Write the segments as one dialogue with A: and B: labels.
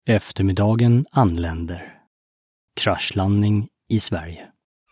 A: Eftermiddagen anländer. Kraschlandning i Sverige.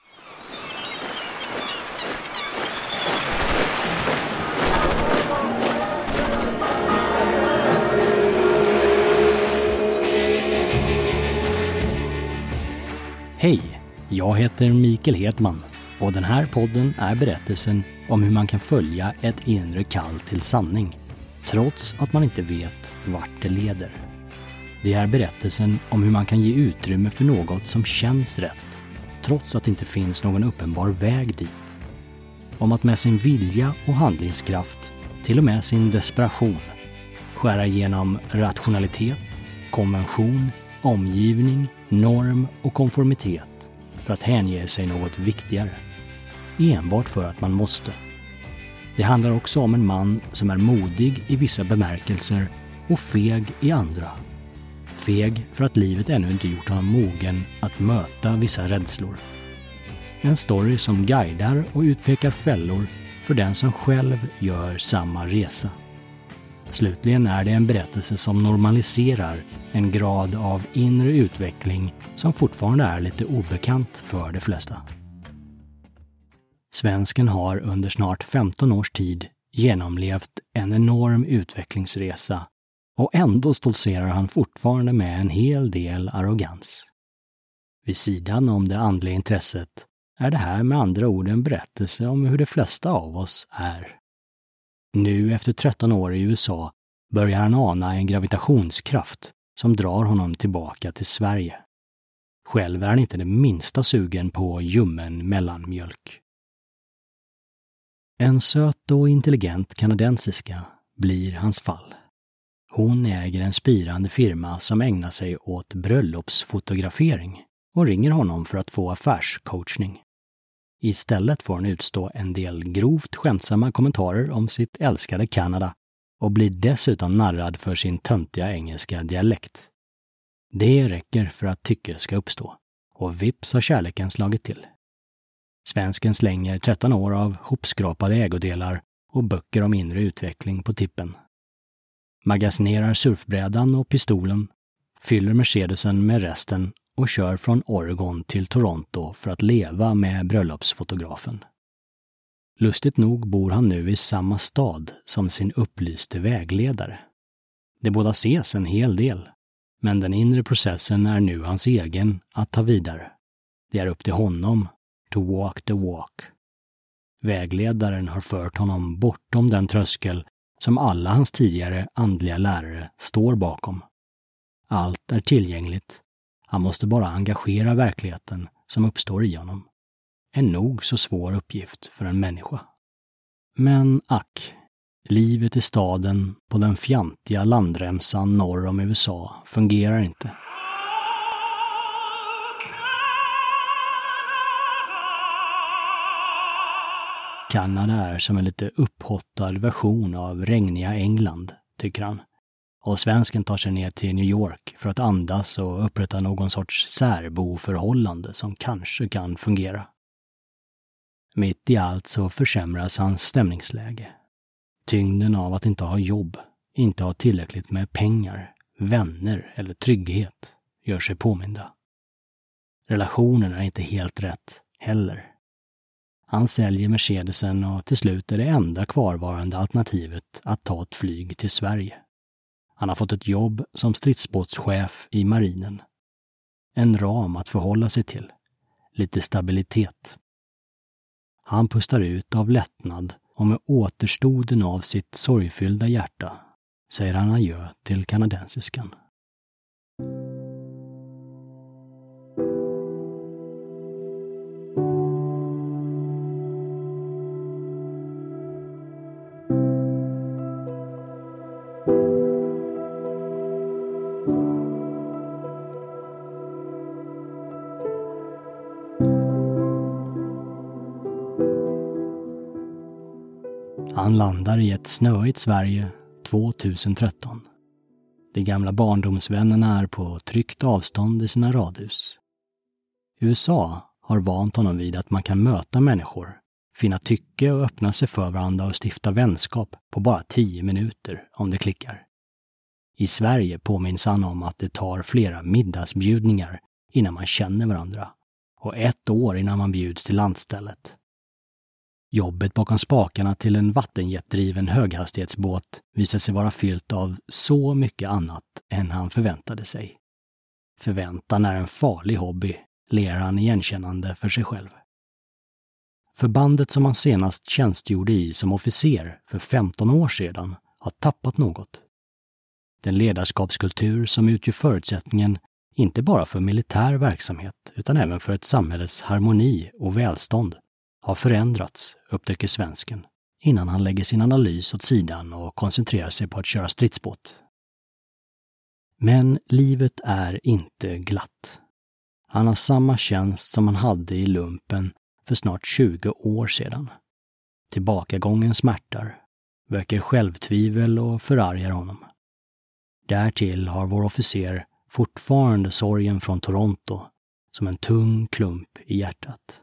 A: Hej, jag heter Mikael Hedman och den här podden är berättelsen om hur man kan följa ett inre kall till sanning trots att man inte vet vart det leder. Det är berättelsen om hur man kan ge utrymme för något som känns rätt, trots att det inte finns någon uppenbar väg dit. Om att med sin vilja och handlingskraft, till och med sin desperation, skära igenom rationalitet, konvention, omgivning, norm och konformitet för att hänge sig något viktigare. Enbart för att man måste. Det handlar också om en man som är modig i vissa bemärkelser och feg i andra. Feg för att livet ännu inte gjort honom mogen att möta vissa rädslor. En story som guidar och utpekar fällor för den som själv gör samma resa. Slutligen är det en berättelse som normaliserar en grad av inre utveckling som fortfarande är lite obekant för de flesta. Svensken har under snart 15 års tid genomlevt en enorm utvecklingsresa och ändå stoltserar han fortfarande med en hel del arrogans. Vid sidan om det andliga intresset är det här med andra ord en berättelse om hur de flesta av oss är. Nu efter 13 år i USA börjar han ana en gravitationskraft som drar honom tillbaka till Sverige. Själv är han inte det minsta sugen på ljummen mellanmjölk. En söt och intelligent kanadensiska blir hans fall. Hon äger en spirande firma som ägnar sig åt bröllopsfotografering och ringer honom för att få affärscoachning. Istället får hon utstå en del grovt skämtsamma kommentarer om sitt älskade Kanada och blir dessutom narrad för sin töntiga engelska dialekt. Det räcker för att tycke ska uppstå och vips har kärleken slagit till. Svensken slänger 13 år av hopskrapade ägodelar och böcker om inre utveckling på tippen. Magasinerar surfbrädan och pistolen, fyller Mercedesen med resten och kör från Oregon till Toronto för att leva med bröllopsfotografen. Lustigt nog bor han nu i samma stad som sin upplyste vägledare. De båda ses en hel del, men den inre processen är nu hans egen att ta vidare. Det är upp till honom to walk the walk. Vägledaren har fört honom bortom den tröskel som alla hans tidigare andliga lärare står bakom. Allt är tillgängligt. Han måste bara engagera verkligheten som uppstår i honom. En nog så svår uppgift för en människa. Men ack, livet i staden på den fjantiga landremsan norr om USA fungerar inte. Kanada är som en lite upphottad version av regniga England, tycker han. Och svensken tar sig ner till New York för att andas och upprätta någon sorts särboförhållande som kanske kan fungera. Mitt i allt så försämras hans stämningsläge. Tyngden av att inte ha jobb, inte ha tillräckligt med pengar, vänner eller trygghet gör sig påminda. Relationen är inte helt rätt heller. Han säljer Mercedesen och till slut är det enda kvarvarande alternativet att ta ett flyg till Sverige. Han har fått ett jobb som stridsbåtschef i marinen. En ram att förhålla sig till. Lite stabilitet. Han pustar ut av lättnad och med återstoden av sitt sorgfyllda hjärta säger han adjö till kanadensiskan. Han landar i ett snöigt Sverige 2013. De gamla barndomsvännerna är på tryggt avstånd i sina radhus. USA har vant honom vid att man kan möta människor, finna tycke och öppna sig för varandra och stifta vänskap på bara 10 minuter om det klickar. I Sverige påminns han om att det tar flera middagsbjudningar innan man känner varandra och 1 år innan man bjuds till landstället. Jobbet bakom spakarna till en vattenjetdriven höghastighetsbåt visar sig vara fyllt av så mycket annat än han förväntade sig. Förväntan är en farlig hobby, ler han igenkännande för sig själv. Förbandet som han senast tjänstgjorde i som officer för 15 år sedan har tappat något. Den ledarskapskultur som utgör förutsättningen inte bara för militär verksamhet utan även för ett samhälles harmoni och välstånd har förändrats, upptäcker svensken, innan han lägger sin analys åt sidan och koncentrerar sig på att köra stridsbåt. Men livet är inte glatt. Han har samma tjänst som han hade i lumpen för snart 20 år sedan. Tillbakagången smärtar, väcker självtvivel och förargar honom. Därtill har vår officer fortfarande sorgen från Toronto som en tung klump i hjärtat.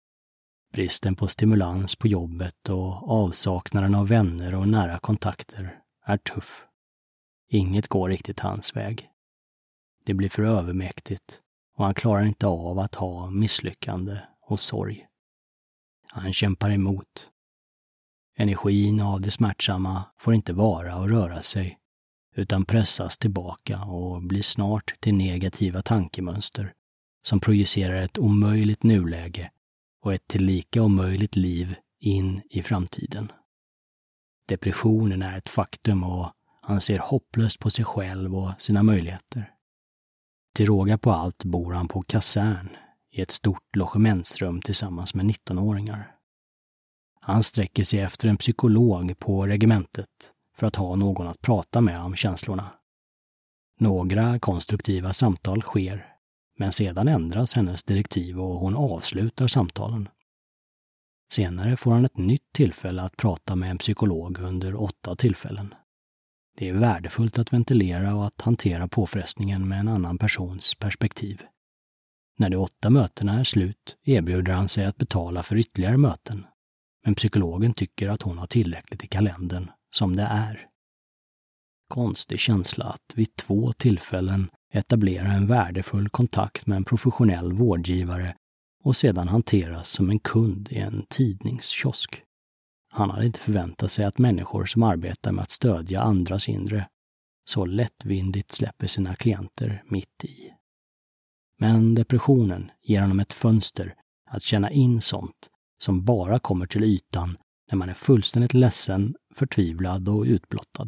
A: Bristen på stimulans på jobbet och avsaknaden av vänner och nära kontakter är tuff. Inget går riktigt hans väg. Det blir för övermäktigt och han klarar inte av att ha misslyckande och sorg. Han kämpar emot. Energin av det smärtsamma får inte vara och röra sig utan pressas tillbaka och blir snart till negativa tankemönster som projicerar ett omöjligt nuläge och ett tillika omöjligt liv in i framtiden. Depressionen är ett faktum och han ser hopplöst på sig själv och sina möjligheter. Till råga på allt bor han på kasern i ett stort logementsrum tillsammans med 19-åringar. Han sträcker sig efter en psykolog på regementet för att ha någon att prata med om känslorna. Några konstruktiva samtal sker, men sedan ändras hennes direktiv och hon avslutar samtalen. Senare får han ett nytt tillfälle att prata med en psykolog under 8 tillfällen. Det är värdefullt att ventilera och att hantera påfrestningen med en annan persons perspektiv. När de 8 mötena är slut erbjuder han sig att betala för ytterligare möten, men psykologen tycker att hon har tillräckligt i kalendern som det är. Konstig känsla att vid 2 tillfällen etablera en värdefull kontakt med en professionell vårdgivare och sedan hanteras som en kund i en tidningskiosk. Han hade inte förväntat sig att människor som arbetar med att stödja andras inre så lättvindigt släpper sina klienter mitt i. Men depressionen ger honom ett fönster att känna in sånt som bara kommer till ytan när man är fullständigt ledsen, förtvivlad och utblottad.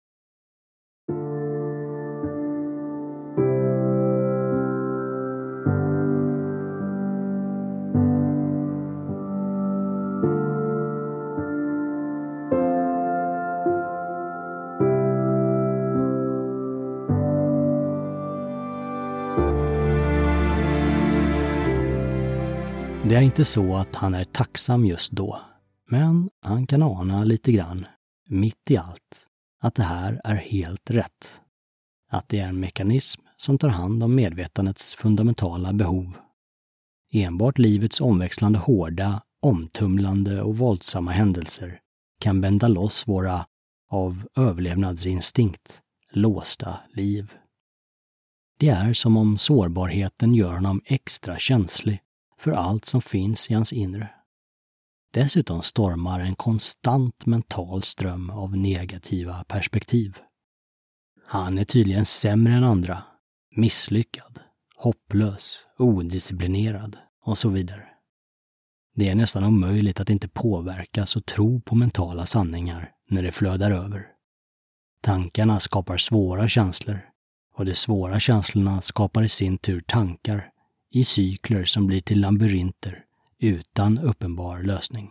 A: Det är inte så att han är tacksam just då, men han kan ana lite grann, mitt i allt, att det här är helt rätt. Att det är en mekanism som tar hand om medvetandets fundamentala behov. Enbart livets omväxlande hårda, omtumlande och våldsamma händelser kan bända loss våra, av överlevnadsinstinkt, låsta liv. Det är som om sårbarheten gör honom extra känslig för allt som finns i hans inre. Dessutom stormar en konstant mental ström av negativa perspektiv. Han är tydligen sämre än andra, misslyckad, hopplös, odisciplinerad och så vidare. Det är nästan omöjligt att inte påverkas och tro på mentala sanningar när det flödar över. Tankarna skapar svåra känslor och de svåra känslorna skapar i sin tur tankar i cykler som blir till labyrinter utan uppenbar lösning.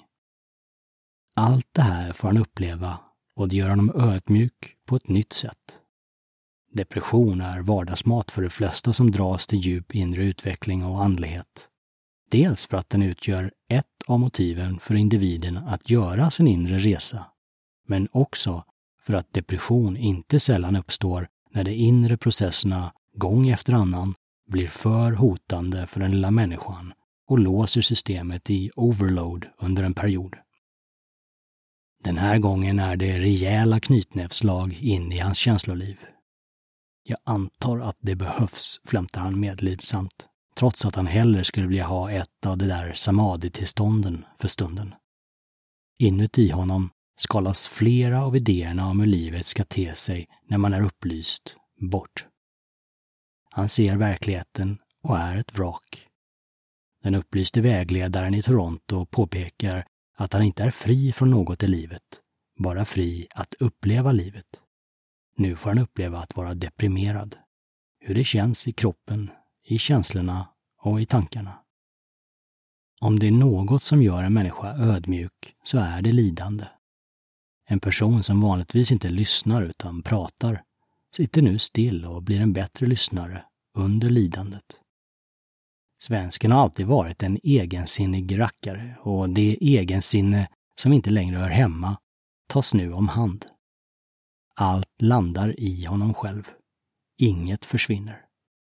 A: Allt det här får han uppleva och det gör honom ödmjuk på ett nytt sätt. Depression är vardagsmat för de flesta som dras till djup inre utveckling och andlighet. Dels för att den utgör ett av motiven för individen att göra sin inre resa, men också för att depression inte sällan uppstår när de inre processerna gång efter annan blir för hotande för den lilla människan och låser systemet i overload under en period. Den här gången är det rejäla knytnävsslag in i hans känsloliv. Jag antar att det behövs, flämtar han medlidsamt, trots att han hellre skulle vilja ha ett av de där samadhi-tillstånden för stunden. Inuti honom skalas flera av idéerna om hur livet ska te sig när man är upplyst bort. Han ser verkligheten och är ett vrak. Den upplyste vägledaren i Toronto påpekar att han inte är fri från något i livet, bara fri att uppleva livet. Nu får han uppleva att vara deprimerad. Hur det känns i kroppen, i känslorna och i tankarna. Om det är något som gör en människa ödmjuk så är det lidande. En person som vanligtvis inte lyssnar utan pratar sitter nu still och blir en bättre lyssnare under lidandet. Svensken har alltid varit en egensinnig rackare och det egensinne som inte längre hör hemma tas nu om hand. Allt landar i honom själv. Inget försvinner.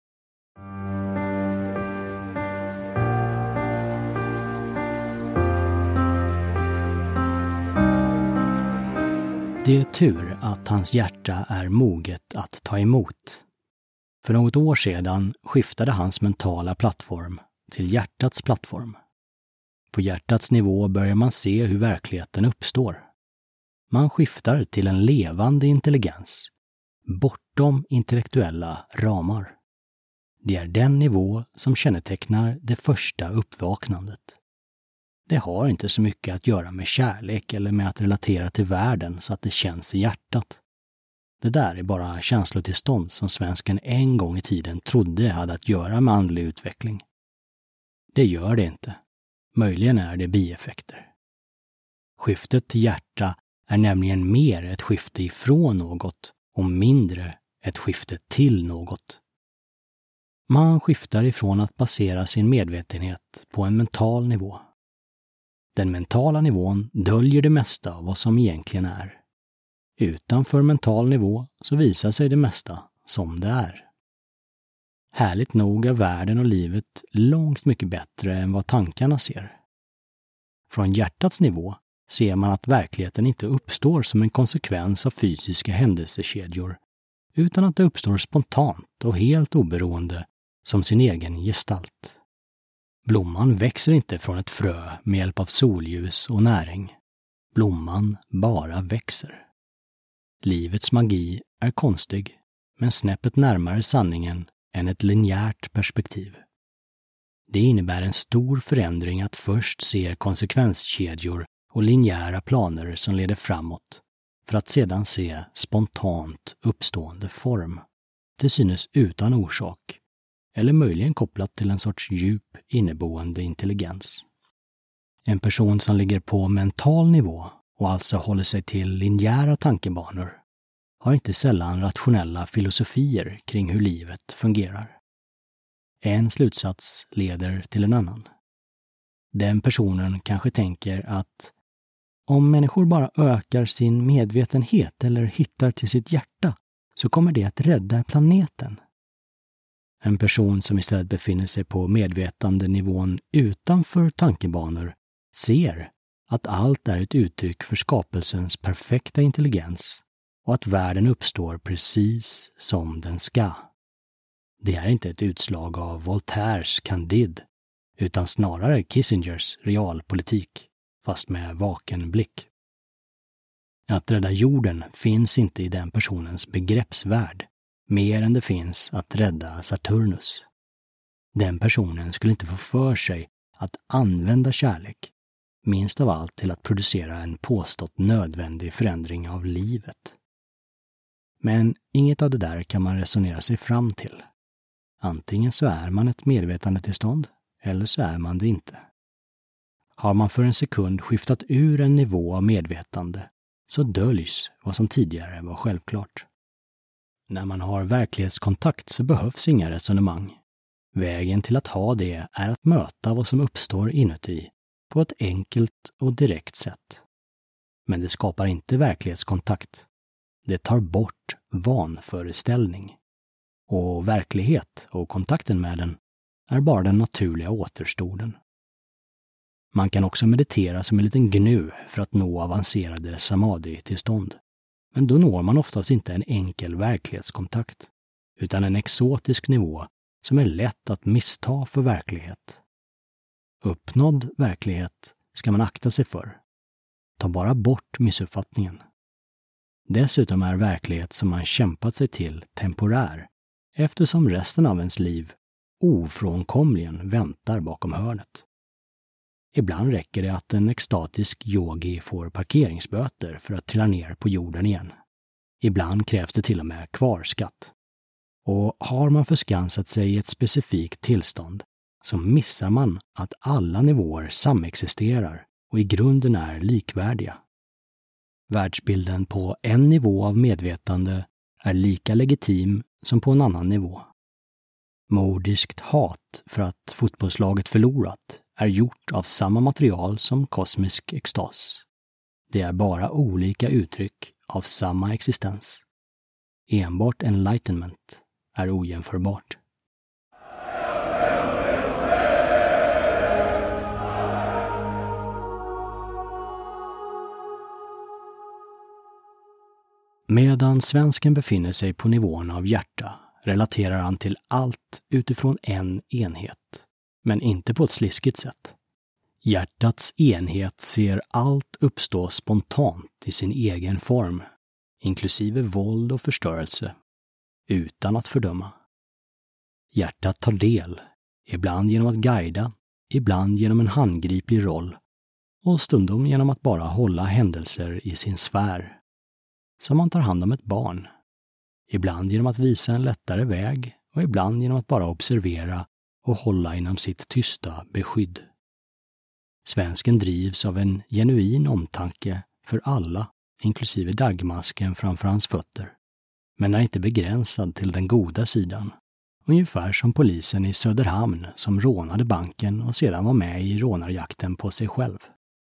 A: Det är tur att hans hjärta är moget att ta emot. För något år sedan skiftade hans mentala plattform till hjärtats plattform. På hjärtats nivå börjar man se hur verkligheten uppstår. Man skiftar till en levande intelligens, bortom intellektuella ramar. Det är den nivå som kännetecknar det första uppvaknandet. Det har inte så mycket att göra med kärlek eller med att relatera till världen så att det känns i hjärtat. Det där är bara känslotillstånd som svensken en gång i tiden trodde hade att göra med andlig utveckling. Det gör det inte. Möjligen är det bieffekter. Skiftet till hjärta är nämligen mer ett skifte ifrån något och mindre ett skifte till något. Man skiftar ifrån att basera sin medvetenhet på en mental nivå. Den mentala nivån döljer det mesta av vad som egentligen är. Utanför mental nivå så visar sig det mesta som det är. Härligt nog är världen och livet långt mycket bättre än vad tankarna ser. Från hjärtats nivå ser man att verkligheten inte uppstår som en konsekvens av fysiska händelsekedjor, utan att det uppstår spontant och helt oberoende som sin egen gestalt. Blomman växer inte från ett frö med hjälp av solljus och näring. Blomman bara växer. Livets magi är konstig, men snäppet närmare sanningen än ett linjärt perspektiv. Det innebär en stor förändring att först se konsekvenskedjor och linjära planer som leder framåt, för att sedan se spontant uppstående form, till synes utan orsak, eller möjligen kopplat till en sorts djup inneboende intelligens. En person som ligger på mental nivå och alltså håller sig till linjära tankebanor har inte sällan rationella filosofier kring hur livet fungerar. En slutsats leder till en annan. Den personen kanske tänker att om människor bara ökar sin medvetenhet eller hittar till sitt hjärta så kommer det att rädda planeten. En person som istället befinner sig på medvetandenivån utanför tankebanor ser att allt är ett uttryck för skapelsens perfekta intelligens och att världen uppstår precis som den ska. Det är inte ett utslag av Voltaires Candide, utan snarare Kissingers realpolitik, fast med vaken blick. Att rädda jorden finns inte i den personens begreppsvärld, mer än det finns att rädda Saturnus. Den personen skulle inte få för sig att använda kärlek, minst av allt till att producera en påstått nödvändig förändring av livet. Men inget av det där kan man resonera sig fram till. Antingen så är man ett medvetandetillstånd, eller så är man det inte. Har man för en sekund skiftat ur en nivå av medvetande, så döljs vad som tidigare var självklart. När man har verklighetskontakt så behövs inga resonemang. Vägen till att ha det är att möta vad som uppstår inuti på ett enkelt och direkt sätt. Men det skapar inte verklighetskontakt. Det tar bort vanföreställning. Och verklighet och kontakten med den är bara den naturliga återstoden. Man kan också meditera som en liten gnu för att nå avancerade samadhi-tillstånd. Men då når man oftast inte en enkel verklighetskontakt, utan en exotisk nivå som är lätt att missta för verklighet. Uppnådd verklighet ska man akta sig för. Ta bara bort missuppfattningen. Dessutom är verklighet som man kämpat sig till temporär, eftersom resten av ens liv ofrånkomligen väntar bakom hörnet. Ibland räcker det att en extatisk yogi får parkeringsböter för att trilla ner på jorden igen. Ibland krävs det till och med kvarskatt. Och har man förskansat sig i ett specifikt tillstånd så missar man att alla nivåer samexisterar och i grunden är likvärdiga. Världsbilden på en nivå av medvetande är lika legitim som på en annan nivå. Mordiskt hat för att fotbollslaget förlorat är gjort av samma material som kosmisk extas. Det är bara olika uttryck av samma existens. Enbart enlightenment är ojämförbart. Medan svensken befinner sig på nivån av hjärta relaterar han till allt utifrån en enhet, men inte på ett sliskigt sätt. Hjärtats enhet ser allt uppstå spontant i sin egen form, inklusive våld och förstörelse, utan att fördöma. Hjärtat tar del, ibland genom att guida, ibland genom en handgriplig roll och stundom genom att bara hålla händelser i sin sfär. Som man tar hand om ett barn. Ibland genom att visa en lättare väg och ibland genom att bara observera och hålla inom sitt tysta beskydd. Svensken drivs av en genuin omtanke för alla, inklusive dagmasken framför hans fötter, men är inte begränsad till den goda sidan. Ungefär som polisen i Söderhamn som rånade banken och sedan var med i rånarjakten på sig själv.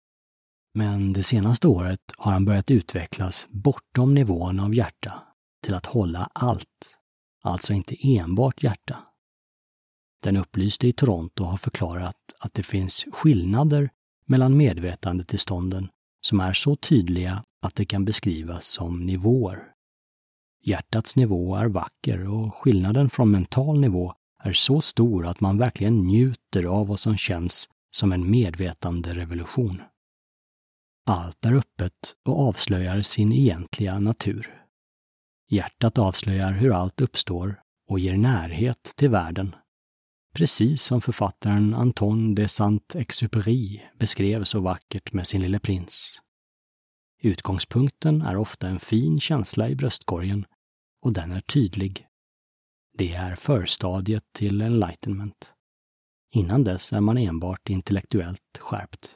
A: Men det senaste året har han börjat utvecklas bortom nivån av hjärta till att hålla allt, alltså inte enbart hjärta. Den upplyste i Toronto har förklarat att det finns skillnader mellan medvetandetillstånden som är så tydliga att det kan beskrivas som nivåer. Hjärtats nivå är vacker och skillnaden från mental nivå är så stor att man verkligen njuter av vad som känns som en medvetande revolution. Allt är öppet och avslöjar sin egentliga natur. Hjärtat avslöjar hur allt uppstår och ger närhet till världen. Precis som författaren Anton de Saint-Exupéry beskrev så vackert med sin lille prins. Utgångspunkten är ofta en fin känsla i bröstkorgen och den är tydlig. Det är förstadiet till enlightenment. Innan dess är man enbart intellektuellt skärpt.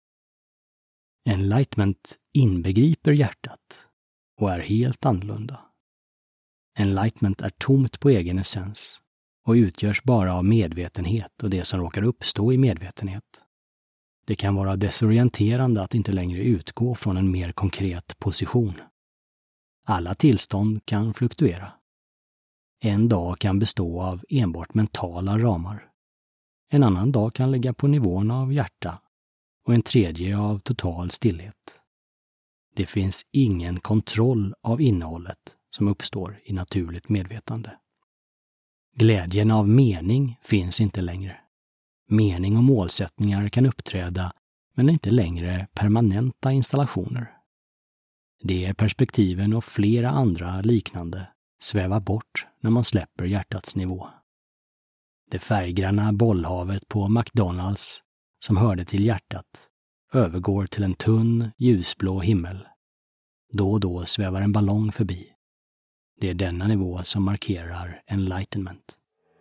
A: Enlightenment inbegriper hjärtat och är helt annorlunda. Enlightenment är tomt på egen essens och utgörs bara av medvetenhet och det som råkar uppstå i medvetenhet. Det kan vara desorienterande att inte längre utgå från en mer konkret position. Alla tillstånd kan fluktuera. En dag kan bestå av enbart mentala ramar. En annan dag kan ligga på nivån av hjärta och en tredje av total stillhet. Det finns ingen kontroll av innehållet som uppstår i naturligt medvetande. Glädjen av mening finns inte längre. Mening och målsättningar kan uppträda men inte längre permanenta installationer. De perspektiven och flera andra liknande svävar bort när man släpper hjärtats nivå. Det färggranna bollhavet på McDonalds som hörde till hjärtat övergår till en tunn, ljusblå himmel. Då och då svävar en ballong förbi. Det är denna nivå som markerar enlightenment.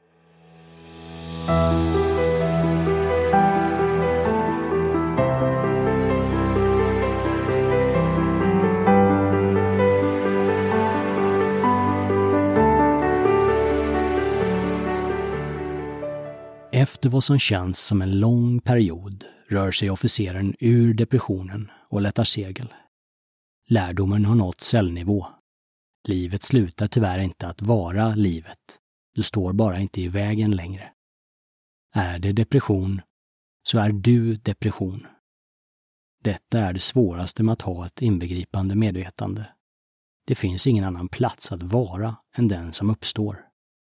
A: Efter vad som känns som en lång period rör sig officeren ur depressionen och lättar segel. Lärdomen har nått cellnivå. Livet slutar tyvärr inte att vara livet. Du står bara inte i vägen längre. Är det depression, så är du depression. Detta är det svåraste med att ha ett inbegripande medvetande. Det finns ingen annan plats att vara än den som uppstår.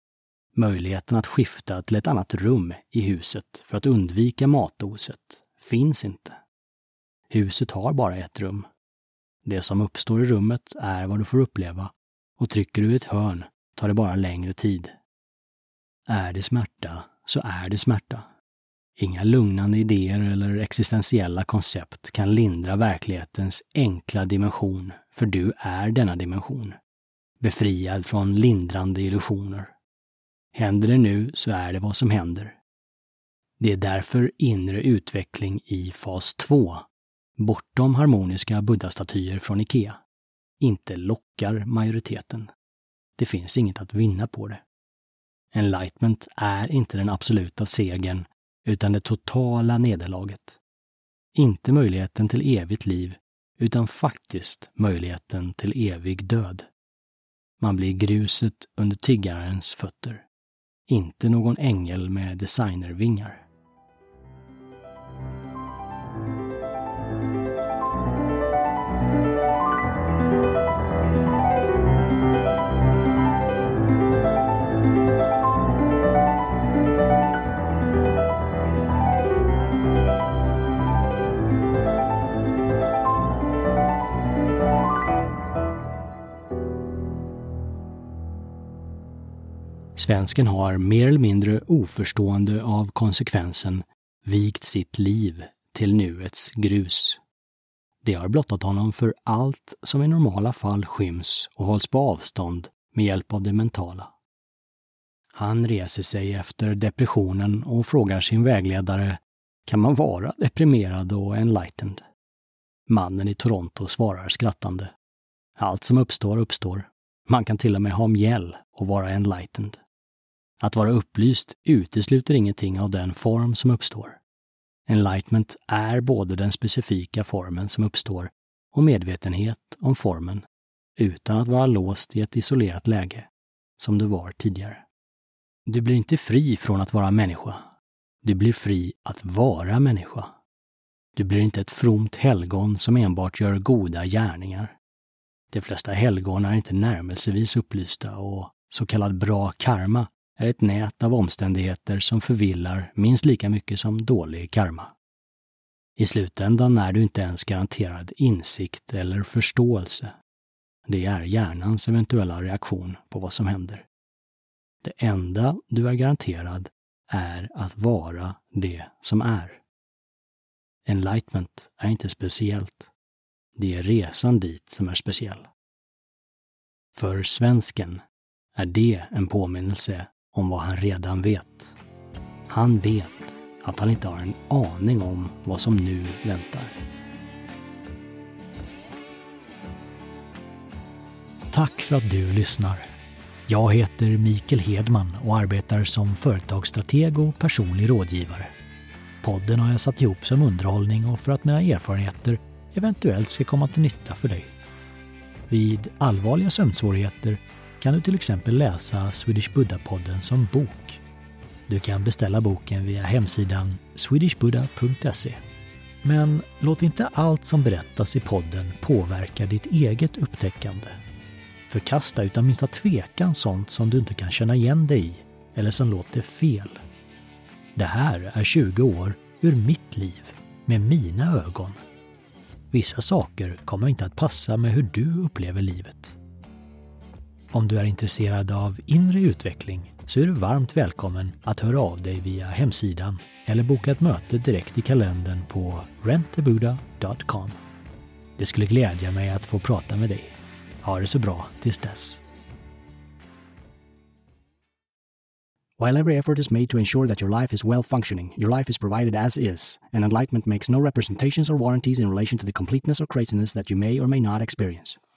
A: Möjligheten att skifta till ett annat rum i huset för att undvika matoset finns inte. Huset har bara ett rum. Det som uppstår i rummet är vad du får uppleva, och trycker du ett hörn tar det bara längre tid. Är det smärta så är det smärta. Inga lugnande idéer eller existentiella koncept kan lindra verklighetens enkla dimension, för du är denna dimension. Befriad från lindrande illusioner. Händer det nu så är det vad som händer. Det är därför inre utveckling i fas 2, bortom harmoniska buddha-statyer från Ikea, inte lockar majoriteten. Det finns inget att vinna på det. Enlightenment är inte den absoluta segern, utan det totala nederlaget. Inte möjligheten till evigt liv, utan faktiskt möjligheten till evig död. Man blir gruset under tiggarens fötter. Inte någon ängel med designervingar. Svensken har mer eller mindre oförstående av konsekvensen vikt sitt liv till nuets grus. Det har blottat honom för allt som i normala fall skyms och hålls på avstånd med hjälp av det mentala. Han reser sig efter depressionen och frågar sin vägledare: kan man vara deprimerad och enlightened? Mannen i Toronto svarar skrattande: allt som uppstår uppstår. Man kan till och med ha mjäll och vara enlightened. Att vara upplyst utesluter ingenting av den form som uppstår. Enlightenment är både den specifika formen som uppstår och medvetenhet om formen, utan att vara låst i ett isolerat läge, som du var tidigare. Du blir inte fri från att vara människa. Du blir fri att vara människa. Du blir inte ett fromt helgon som enbart gör goda gärningar. De flesta helgon är inte närmelsevis upplysta, och så kallad bra karma är ett nät av omständigheter som förvillar minst lika mycket som dålig karma. I slutändan är du inte ens garanterad insikt eller förståelse. Det är hjärnans eventuella reaktion på vad som händer. Det enda du är garanterad är att vara det som är. Enlightenment är inte speciellt. Det är resan dit som är speciell. För svensken är det en påminnelse om vad han redan vet. Han vet att han inte har en aning om vad som nu väntar. Tack för att du lyssnar. Jag heter Mikael Hedman och arbetar som företagsstrateg och personlig rådgivare. Podden har jag satt ihop som underhållning och för att mina erfarenheter eventuellt ska komma till nytta för dig. Vid allvarliga sömnsvårigheter kan du till exempel läsa Swedish Buddha-podden som bok. Du kan beställa boken via hemsidan swedishbuddha.se. Men låt inte allt som berättas i podden påverka ditt eget upptäckande. Förkasta utan minsta tvekan sånt som du inte kan känna igen dig i eller som låter fel. Det här är 20 år ur mitt liv med mina ögon. Vissa saker kommer inte att passa med hur du upplever livet. Om du är intresserad av inre utveckling så är du varmt välkommen att höra av dig via hemsidan eller boka ett möte direkt i kalendern på rentabuddha.com. Det skulle glädja mig att få prata med dig. Ha det så bra tills dess. While every effort is made to ensure that your life is well functioning, your life is provided as is, and enlightenment makes no representations or warranties in relation to the completeness or craziness that you may or may not experience.